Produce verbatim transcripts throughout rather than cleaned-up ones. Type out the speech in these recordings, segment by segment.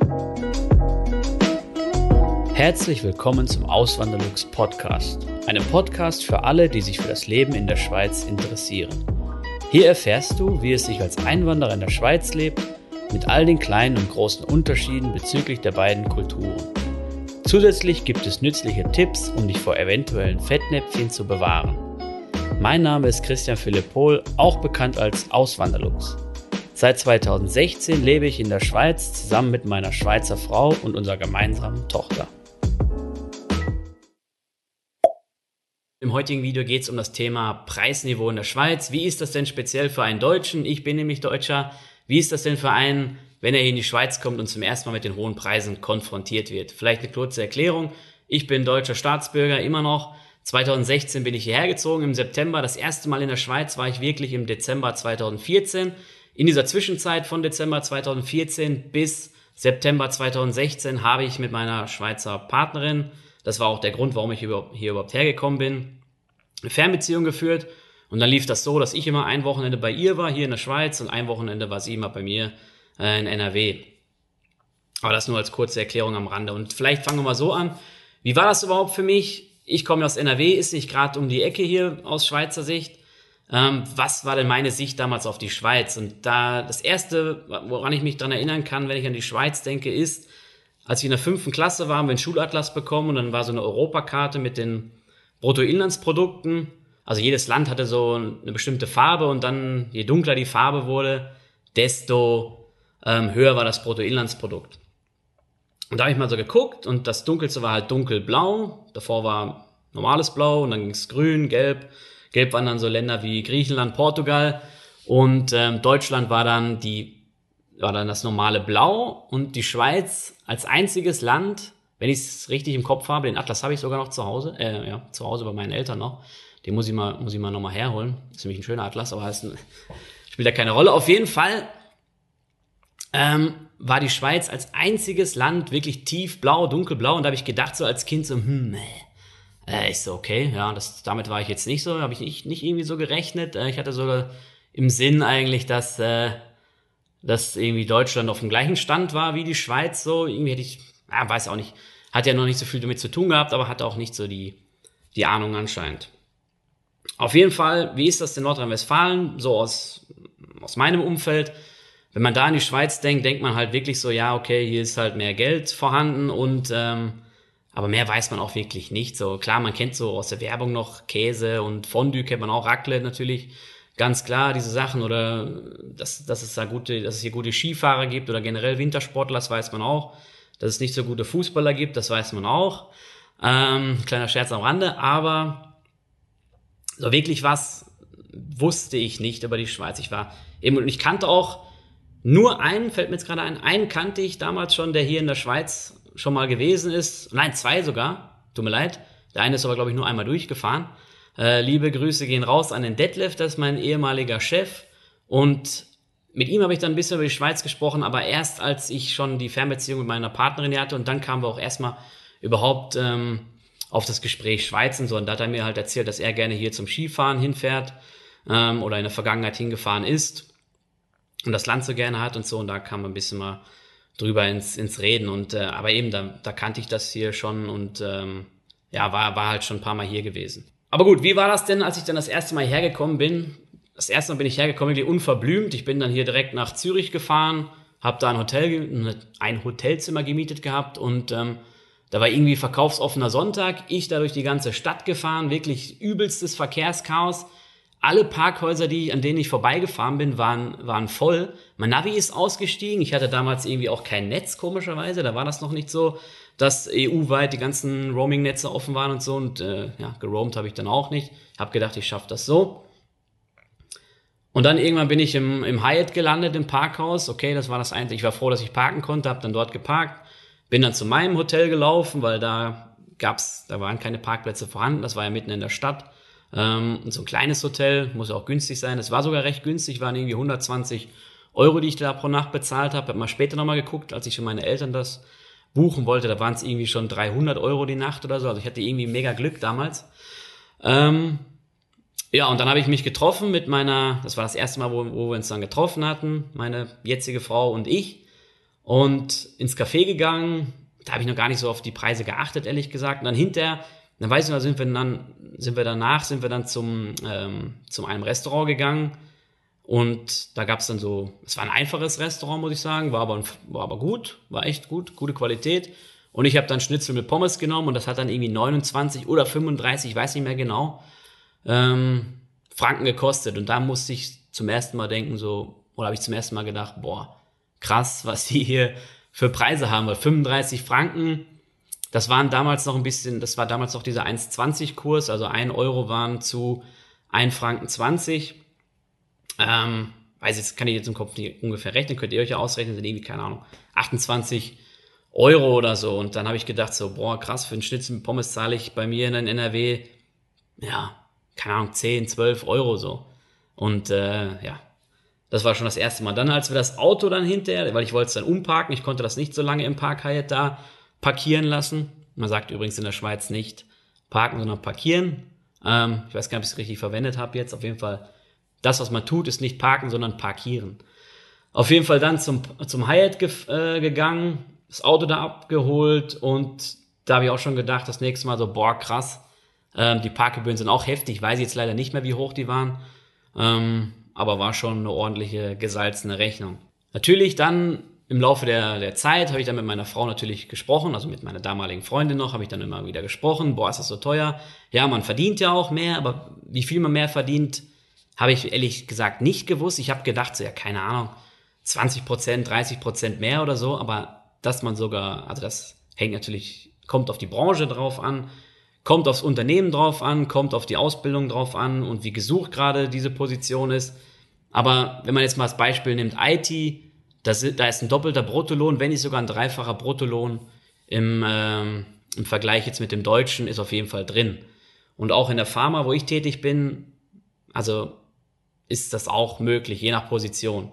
Herzlich willkommen zum Auswanderlux Podcast, einem Podcast für alle, die sich für das Leben in der Schweiz interessieren. Hier erfährst du, wie es sich als Einwanderer in der Schweiz lebt, mit all den kleinen und großen Unterschieden bezüglich der beiden Kulturen. Zusätzlich gibt es nützliche Tipps, um dich vor eventuellen Fettnäpfchen zu bewahren. Mein Name ist Christian Philipp Pohl, auch bekannt als Auswanderlux. Seit zweitausendsechzehn lebe ich in der Schweiz zusammen mit meiner Schweizer Frau und unserer gemeinsamen Tochter. Im heutigen Video geht es um das Thema Preisniveau in der Schweiz. Wie ist das denn speziell für einen Deutschen? Ich bin nämlich Deutscher. Wie ist das denn für einen, wenn er hier in die Schweiz kommt und zum ersten Mal mit den hohen Preisen konfrontiert wird? Vielleicht eine kurze Erklärung. Ich bin deutscher Staatsbürger, immer noch. zweitausendsechzehn bin ich hierher gezogen im September. Das erste Mal in der Schweiz war ich wirklich im Dezember zweitausendvierzehn. In dieser Zwischenzeit von Dezember zweitausendvierzehn bis September zweitausendsechzehn habe ich mit meiner Schweizer Partnerin, das war auch der Grund, warum ich hier überhaupt hergekommen bin, eine Fernbeziehung geführt. Und dann lief das so, dass ich immer ein Wochenende bei ihr war, hier in der Schweiz, und ein Wochenende war sie immer bei mir äh, in N R W. Aber das nur als kurze Erklärung am Rande. Und vielleicht fangen wir mal so an. Wie war das überhaupt für mich? Ich komme aus N R W, ist nicht gerade um die Ecke hier aus Schweizer Sicht. Ähm, was war denn meine Sicht damals auf die Schweiz? Und da das Erste, woran ich mich dran erinnern kann, wenn ich an die Schweiz denke, ist, als ich in der fünften Klasse war, haben wir einen Schulatlas bekommen und dann war so eine Europakarte mit den Bruttoinlandsprodukten. Also jedes Land hatte so eine bestimmte Farbe und dann, je dunkler die Farbe wurde, desto ähm, höher war das Bruttoinlandsprodukt. Und da habe ich mal so geguckt und das Dunkelste war halt dunkelblau, davor war normales Blau und dann ging es grün, gelb. Gelb waren dann so Länder wie Griechenland, Portugal und ähm, Deutschland war dann die war dann das normale Blau und die Schweiz als einziges Land, wenn ich es richtig im Kopf habe, den Atlas habe ich sogar noch zu Hause, äh, ja, zu Hause bei meinen Eltern noch. Den muss ich mal, muss ich mal nochmal herholen. Das ist nämlich ein schöner Atlas, aber es spielt ja keine Rolle. Auf jeden Fall ähm, war die Schweiz als einziges Land wirklich tiefblau, dunkelblau. Und da habe ich gedacht, so als Kind, so, hm, äh, ich so, okay, ja, das, damit war ich jetzt nicht so, habe ich nicht, nicht irgendwie so gerechnet. Äh, ich hatte sogar im Sinn eigentlich, dass, äh, dass irgendwie Deutschland auf dem gleichen Stand war wie die Schweiz. So, irgendwie hätte ich, ja, weiß auch nicht, hat ja noch nicht so viel damit zu tun gehabt, aber hatte auch nicht so die, die Ahnung anscheinend. Auf jeden Fall, wie ist das in Nordrhein-Westfalen, so aus, aus meinem Umfeld? Wenn man da an die Schweiz denkt, denkt man halt wirklich so, ja, okay, hier ist halt mehr Geld vorhanden und ähm, aber mehr weiß man auch wirklich nicht. So klar, man kennt so aus der Werbung noch Käse und Fondue, kennt man auch, Raclette natürlich, ganz klar, diese Sachen, oder dass, dass es da gute, dass es hier gute Skifahrer gibt oder generell Wintersportler, das weiß man auch. Dass es nicht so gute Fußballer gibt, das weiß man auch. Ähm, kleiner Scherz am Rande, aber so wirklich was wusste ich nicht über die Schweiz. Ich war eben, und ich kannte auch nur einen, fällt mir jetzt gerade ein, einen kannte ich damals schon, der hier in der Schweiz schon mal gewesen ist. Nein, zwei sogar, tut mir leid. Der eine ist aber, glaube ich, nur einmal durchgefahren. Äh, liebe Grüße gehen raus an den Detlef, das ist mein ehemaliger Chef. Und mit ihm habe ich dann ein bisschen über die Schweiz gesprochen, aber erst als ich schon die Fernbeziehung mit meiner Partnerin hatte, und dann kamen wir auch erstmal überhaupt ähm, auf das Gespräch Schweiz und so. Und da hat er mir halt erzählt, dass er gerne hier zum Skifahren hinfährt ähm, oder in der Vergangenheit hingefahren ist und das Land so gerne hat und so. Und da kam ein bisschen mal drüber ins, ins Reden. Und äh, aber eben, da, da kannte ich das hier schon und ähm, ja, war, war halt schon ein paar Mal hier gewesen. Aber gut, wie war das denn, als ich dann das erste Mal hergekommen bin? Das erste Mal bin ich hergekommen, wirklich unverblümt. Ich bin dann hier direkt nach Zürich gefahren, habe da ein Hotel, ein Hotelzimmer gemietet gehabt und ähm, da war irgendwie verkaufsoffener Sonntag. Ich da durch die ganze Stadt gefahren, wirklich übelstes Verkehrschaos. Alle Parkhäuser, die, an denen ich vorbeigefahren bin, waren, waren voll. Mein Navi ist ausgestiegen. Ich hatte damals irgendwie auch kein Netz, komischerweise. Da war das noch nicht so, dass E U-weit die ganzen Roaming-Netze offen waren und so. Und äh, ja, geroamt habe ich dann auch nicht. Hab gedacht, ich schaffe das so. Und dann irgendwann bin ich im, im Hyatt gelandet, im Parkhaus. Okay, das war das Einzige. Ich war froh, dass ich parken konnte, habe dann dort geparkt. Bin dann zu meinem Hotel gelaufen, weil da gab's, da waren keine Parkplätze vorhanden. Das war ja mitten in der Stadt. Ähm, so ein kleines Hotel, muss ja auch günstig sein. Das war sogar recht günstig, waren irgendwie hundertzwanzig Euro, die ich da pro Nacht bezahlt habe. Hab mal später nochmal geguckt, als ich für meine Eltern das buchen wollte. Da waren es irgendwie schon dreihundert Euro die Nacht oder so. Also ich hatte irgendwie mega Glück damals. Ähm, ja, und dann habe ich mich getroffen mit meiner, das war das erste Mal, wo, wo wir uns dann getroffen hatten, meine jetzige Frau und ich. und ins Café gegangen. Da habe ich noch gar nicht so auf die Preise geachtet, ehrlich gesagt. Und dann hinterher, dann weiß ich noch, sind wir dann, sind wir danach, sind wir dann zum, ähm, zum einem Restaurant gegangen. Und da gab es dann so, es war ein einfaches Restaurant, muss ich sagen, war aber, war aber gut, war echt gut, gute Qualität. Und ich habe dann Schnitzel mit Pommes genommen und das hat dann irgendwie neunundzwanzig oder fünfunddreißig, ich weiß nicht mehr genau, ähm, Franken gekostet. Und da musste ich zum ersten Mal denken, so, oder habe ich zum ersten Mal gedacht, boah, krass, was die hier für Preise haben, weil fünfunddreißig Franken, das waren damals noch ein bisschen, das war damals noch dieser eins zwanzig Kurs, also ein Euro waren zu ein Franken zwanzig. Ähm, weiß jetzt, kann ich jetzt im Kopf nicht ungefähr rechnen, könnt ihr euch ja ausrechnen, sind irgendwie, keine Ahnung, achtundzwanzig Euro oder so. Und dann habe ich gedacht so, boah, krass, für einen Schnitzel mit Pommes zahle ich bei mir in N R W, ja, keine Ahnung, zehn, zwölf Euro so. Und äh, ja, das war schon das erste Mal. Dann, als wir das Auto dann hinterher, weil ich wollte es dann umparken, ich konnte das nicht so lange im Park Hyatt da parkieren lassen. Man sagt übrigens in der Schweiz nicht parken, sondern parkieren. Ähm, ich weiß gar nicht, ob ich es richtig verwendet habe jetzt. Auf jeden Fall, das, was man tut, ist nicht parken, sondern parkieren. Auf jeden Fall dann zum, zum Hyatt ge äh, gegangen, das Auto da abgeholt und da habe ich auch schon gedacht, das nächste Mal so, boah, krass, ähm, die Parkgebühren sind auch heftig, weiß ich jetzt leider nicht mehr, wie hoch die waren, ähm, aber war schon eine ordentliche, gesalzene Rechnung. Natürlich dann im Laufe der, der Zeit habe ich dann mit meiner Frau natürlich gesprochen, also mit meiner damaligen Freundin noch, habe ich dann immer wieder gesprochen, boah, ist das so teuer? Ja, man verdient ja auch mehr, aber wie viel man mehr verdient, habe ich ehrlich gesagt nicht gewusst. Ich habe gedacht, so ja, keine Ahnung, zwanzig Prozent, dreißig Prozent mehr oder so, aber dass man sogar, also das hängt natürlich, kommt auf die Branche drauf an, kommt aufs Unternehmen drauf an, kommt auf die Ausbildung drauf an und wie gesucht gerade diese Position ist. Aber wenn man jetzt mal als Beispiel nimmt, I T, das, da ist ein doppelter Bruttolohn, wenn nicht sogar ein dreifacher Bruttolohn im, ähm, im Vergleich jetzt mit dem Deutschen ist auf jeden Fall drin. Und auch in der Pharma, wo ich tätig bin, also ist das auch möglich, je nach Position.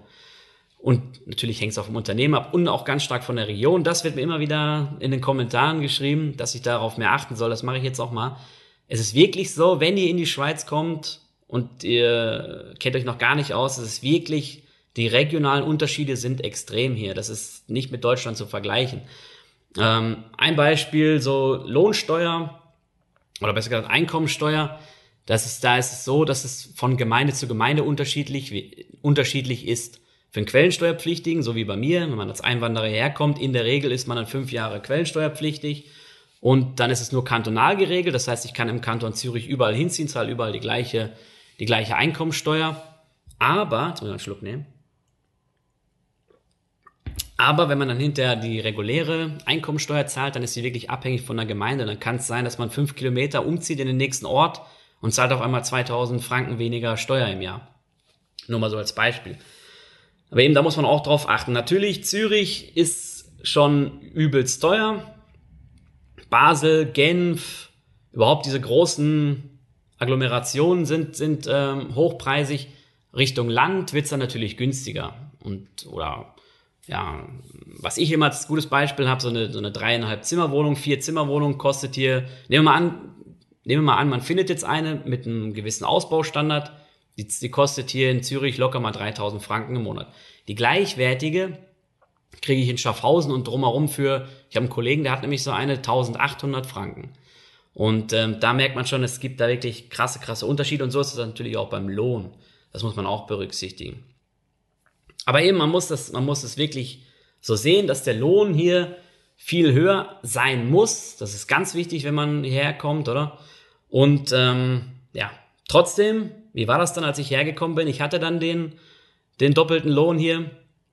Und natürlich hängt es auch vom Unternehmen ab und auch ganz stark von der Region. Das wird mir immer wieder in den Kommentaren geschrieben, dass ich darauf mehr achten soll. Das mache ich jetzt auch mal. Es ist wirklich so, wenn ihr in die Schweiz kommt und ihr kennt euch noch gar nicht aus, es ist wirklich, die regionalen Unterschiede sind extrem hier. Das ist nicht mit Deutschland zu vergleichen. Ähm, ein Beispiel, so Lohnsteuer oder besser gesagt Einkommensteuer. Das ist, da ist es so, dass es von Gemeinde zu Gemeinde unterschiedlich, wie, unterschiedlich ist. Für einen Quellensteuerpflichtigen, so wie bei mir, wenn man als Einwanderer herkommt, in der Regel ist man dann fünf Jahre quellensteuerpflichtig und dann ist es nur kantonal geregelt. Das heißt, ich kann im Kanton Zürich überall hinziehen, zahle überall die gleiche, die gleiche Einkommensteuer. Aber, jetzt muss ich einen Schluck nehmen, aber wenn man dann hinterher die reguläre Einkommensteuer zahlt, dann ist sie wirklich abhängig von der Gemeinde. Dann kann es sein, dass man fünf Kilometer umzieht in den nächsten Ort und zahlt auf einmal zweitausend Franken weniger Steuer im Jahr. Nur mal so als Beispiel. Aber eben, da muss man auch drauf achten. Natürlich, Zürich ist schon übelst teuer. Basel, Genf, überhaupt diese großen Agglomerationen sind, sind ähm, hochpreisig. Richtung Land wird's dann natürlich günstiger. Und, oder, ja, was ich immer als gutes Beispiel habe, so eine, so eine dreieinhalb Zimmerwohnung, vier Zimmerwohnung kostet hier, nehmen wir mal an, nehmen wir mal an, man findet jetzt eine mit einem gewissen Ausbaustandard, die, die kostet hier in Zürich locker mal dreitausend Franken im Monat. Die gleichwertige kriege ich in Schaffhausen und drumherum für, ich habe einen Kollegen, der hat nämlich so eine eintausendachthundert Franken. Und ähm, da merkt man schon, es gibt da wirklich krasse, krasse Unterschiede und so ist es natürlich auch beim Lohn. Das muss man auch berücksichtigen. Aber eben, man muss das, man muss es wirklich so sehen, dass der Lohn hier viel höher sein muss. Das ist ganz wichtig, wenn man hierher kommt, oder? Und ähm, ja, trotzdem, wie war das dann, als ich hergekommen bin? Ich hatte dann den, den doppelten Lohn hier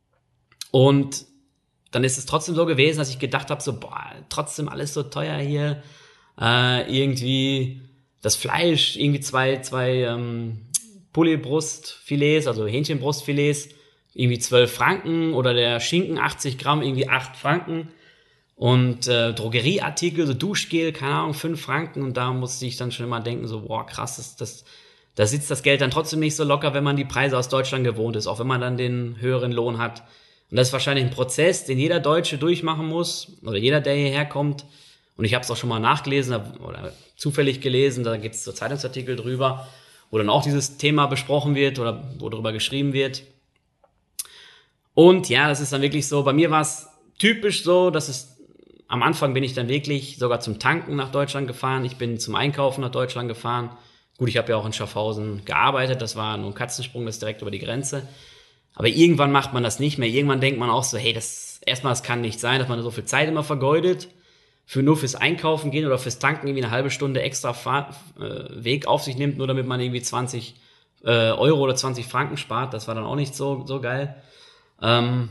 und dann ist es trotzdem so gewesen, dass ich gedacht habe, so, boah, trotzdem alles so teuer hier. Äh, irgendwie das Fleisch, irgendwie zwei, zwei ähm, Pullebrustfilets, also Hähnchenbrustfilets, irgendwie zwölf Franken oder der Schinken achtzig Gramm, irgendwie acht Franken. Und äh, Drogerieartikel, so Duschgel, keine Ahnung, fünf Franken. Und da musste ich dann schon immer denken, so, boah, krass, das, das, da sitzt das Geld dann trotzdem nicht so locker, wenn man die Preise aus Deutschland gewohnt ist, auch wenn man dann den höheren Lohn hat. Und das ist wahrscheinlich ein Prozess, den jeder Deutsche durchmachen muss, oder jeder, der hierher kommt. Und ich habe es auch schon mal nachgelesen oder zufällig gelesen, da gibt es so Zeitungsartikel drüber, wo dann auch dieses Thema besprochen wird oder wo darüber geschrieben wird. Und ja, das ist dann wirklich so, bei mir war es typisch so, dass es am Anfang bin ich dann wirklich sogar zum Tanken nach Deutschland gefahren. Ich bin zum Einkaufen nach Deutschland gefahren. Gut, ich habe ja auch in Schaffhausen gearbeitet. Das war nur ein Katzensprung, das ist direkt über die Grenze. Aber irgendwann macht man das nicht mehr. Irgendwann denkt man auch so, hey, das erstmal, das kann nicht sein, dass man so viel Zeit immer vergeudet. Für nur fürs Einkaufen gehen oder fürs Tanken irgendwie eine halbe Stunde extra Fahr- äh, Weg auf sich nimmt, nur damit man irgendwie zwanzig äh, Euro oder zwanzig Franken spart. Das war dann auch nicht so, so geil. Ähm,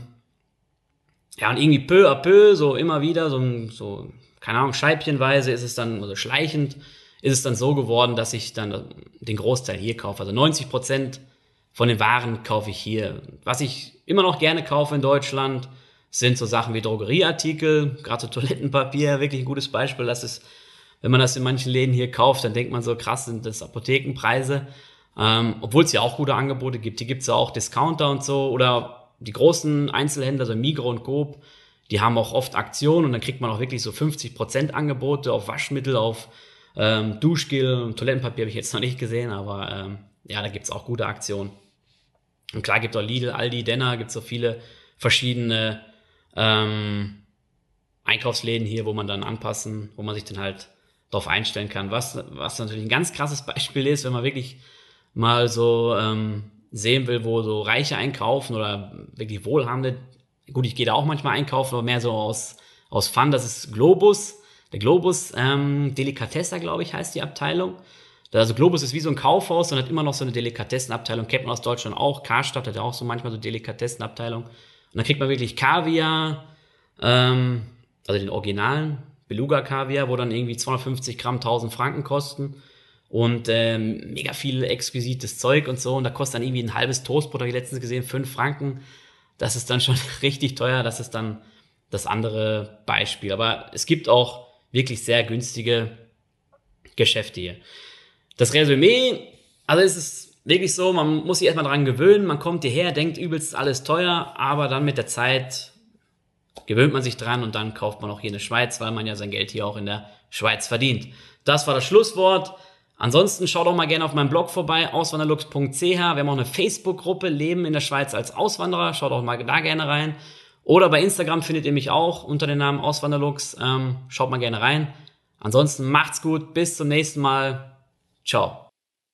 Ja, und irgendwie peu à peu, so immer wieder, so, so, keine Ahnung, scheibchenweise ist es dann, also schleichend, ist es dann so geworden, dass ich dann den Großteil hier kaufe. Also neunzig Prozent von den Waren kaufe ich hier. Was ich immer noch gerne kaufe in Deutschland, sind so Sachen wie Drogerieartikel, gerade so Toilettenpapier, wirklich ein gutes Beispiel. Das ist, wenn man das in manchen Läden hier kauft, dann denkt man so, krass, sind das Apothekenpreise. Ähm, obwohl es ja auch gute Angebote gibt. Hier gibt es ja auch Discounter und so, oder die großen Einzelhändler, so Migros und Coop, die haben auch oft Aktionen und dann kriegt man auch wirklich so fünfzig Prozent Angebote auf Waschmittel, auf ähm, Duschgel, Toilettenpapier habe ich jetzt noch nicht gesehen, aber ähm, ja, da gibt's auch gute Aktionen. Und klar gibt es auch Lidl, Aldi, Denner, gibt es so viele verschiedene ähm, Einkaufsläden hier, wo man dann anpassen, wo man sich dann halt darauf einstellen kann. Was, was natürlich ein ganz krasses Beispiel ist, wenn man wirklich mal so ähm, sehen will, wo so Reiche einkaufen oder wirklich Wohlhabende. Gut, ich gehe da auch manchmal einkaufen, aber mehr so aus, aus Fun. Das ist Globus. Der Globus, ähm, Delikatessa, glaube ich, heißt die Abteilung. Also Globus ist wie so ein Kaufhaus und hat immer noch so eine Delikatessenabteilung. Kennt man aus Deutschland auch. Karstadt hat ja auch so manchmal so Delikatessenabteilung. Und dann kriegt man wirklich Kaviar, ähm, also den originalen Beluga-Kaviar, wo dann irgendwie zweihundertfünfzig Gramm tausend Franken kosten. Und ähm, mega viel exquisites Zeug und so. Und da kostet dann irgendwie ein halbes Toastbrot, habe ich letztens gesehen, fünf Franken. Das ist dann schon richtig teuer. Das ist dann das andere Beispiel. Aber es gibt auch wirklich sehr günstige Geschäfte hier. Das Resümee, also es ist wirklich so, man muss sich erstmal dran gewöhnen. Man kommt hierher, denkt übelst alles teuer, aber dann mit der Zeit gewöhnt man sich dran und dann kauft man auch hier in der Schweiz, weil man ja sein Geld hier auch in der Schweiz verdient. Das war das Schlusswort. Ansonsten schaut doch mal gerne auf meinem Blog vorbei, auswanderlux punkt c h. Wir haben auch eine Facebook-Gruppe, Leben in der Schweiz als Auswanderer. Schaut auch mal da gerne rein. Oder bei Instagram findet ihr mich auch unter dem Namen Auswanderlux. Ähm, schaut mal gerne rein. Ansonsten macht's gut, bis zum nächsten Mal. Ciao.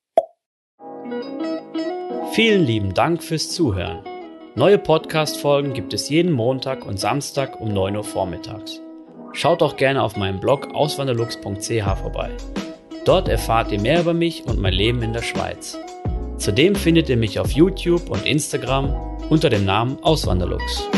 Vielen lieben Dank fürs Zuhören. Neue Podcast-Folgen gibt es jeden Montag und Samstag um neun Uhr vormittags. Schaut doch gerne auf meinem Blog auswanderlux punkt c h vorbei. Dort erfahrt ihr mehr über mich und mein Leben in der Schweiz. Zudem findet ihr mich auf YouTube und Instagram unter dem Namen Auswanderlux.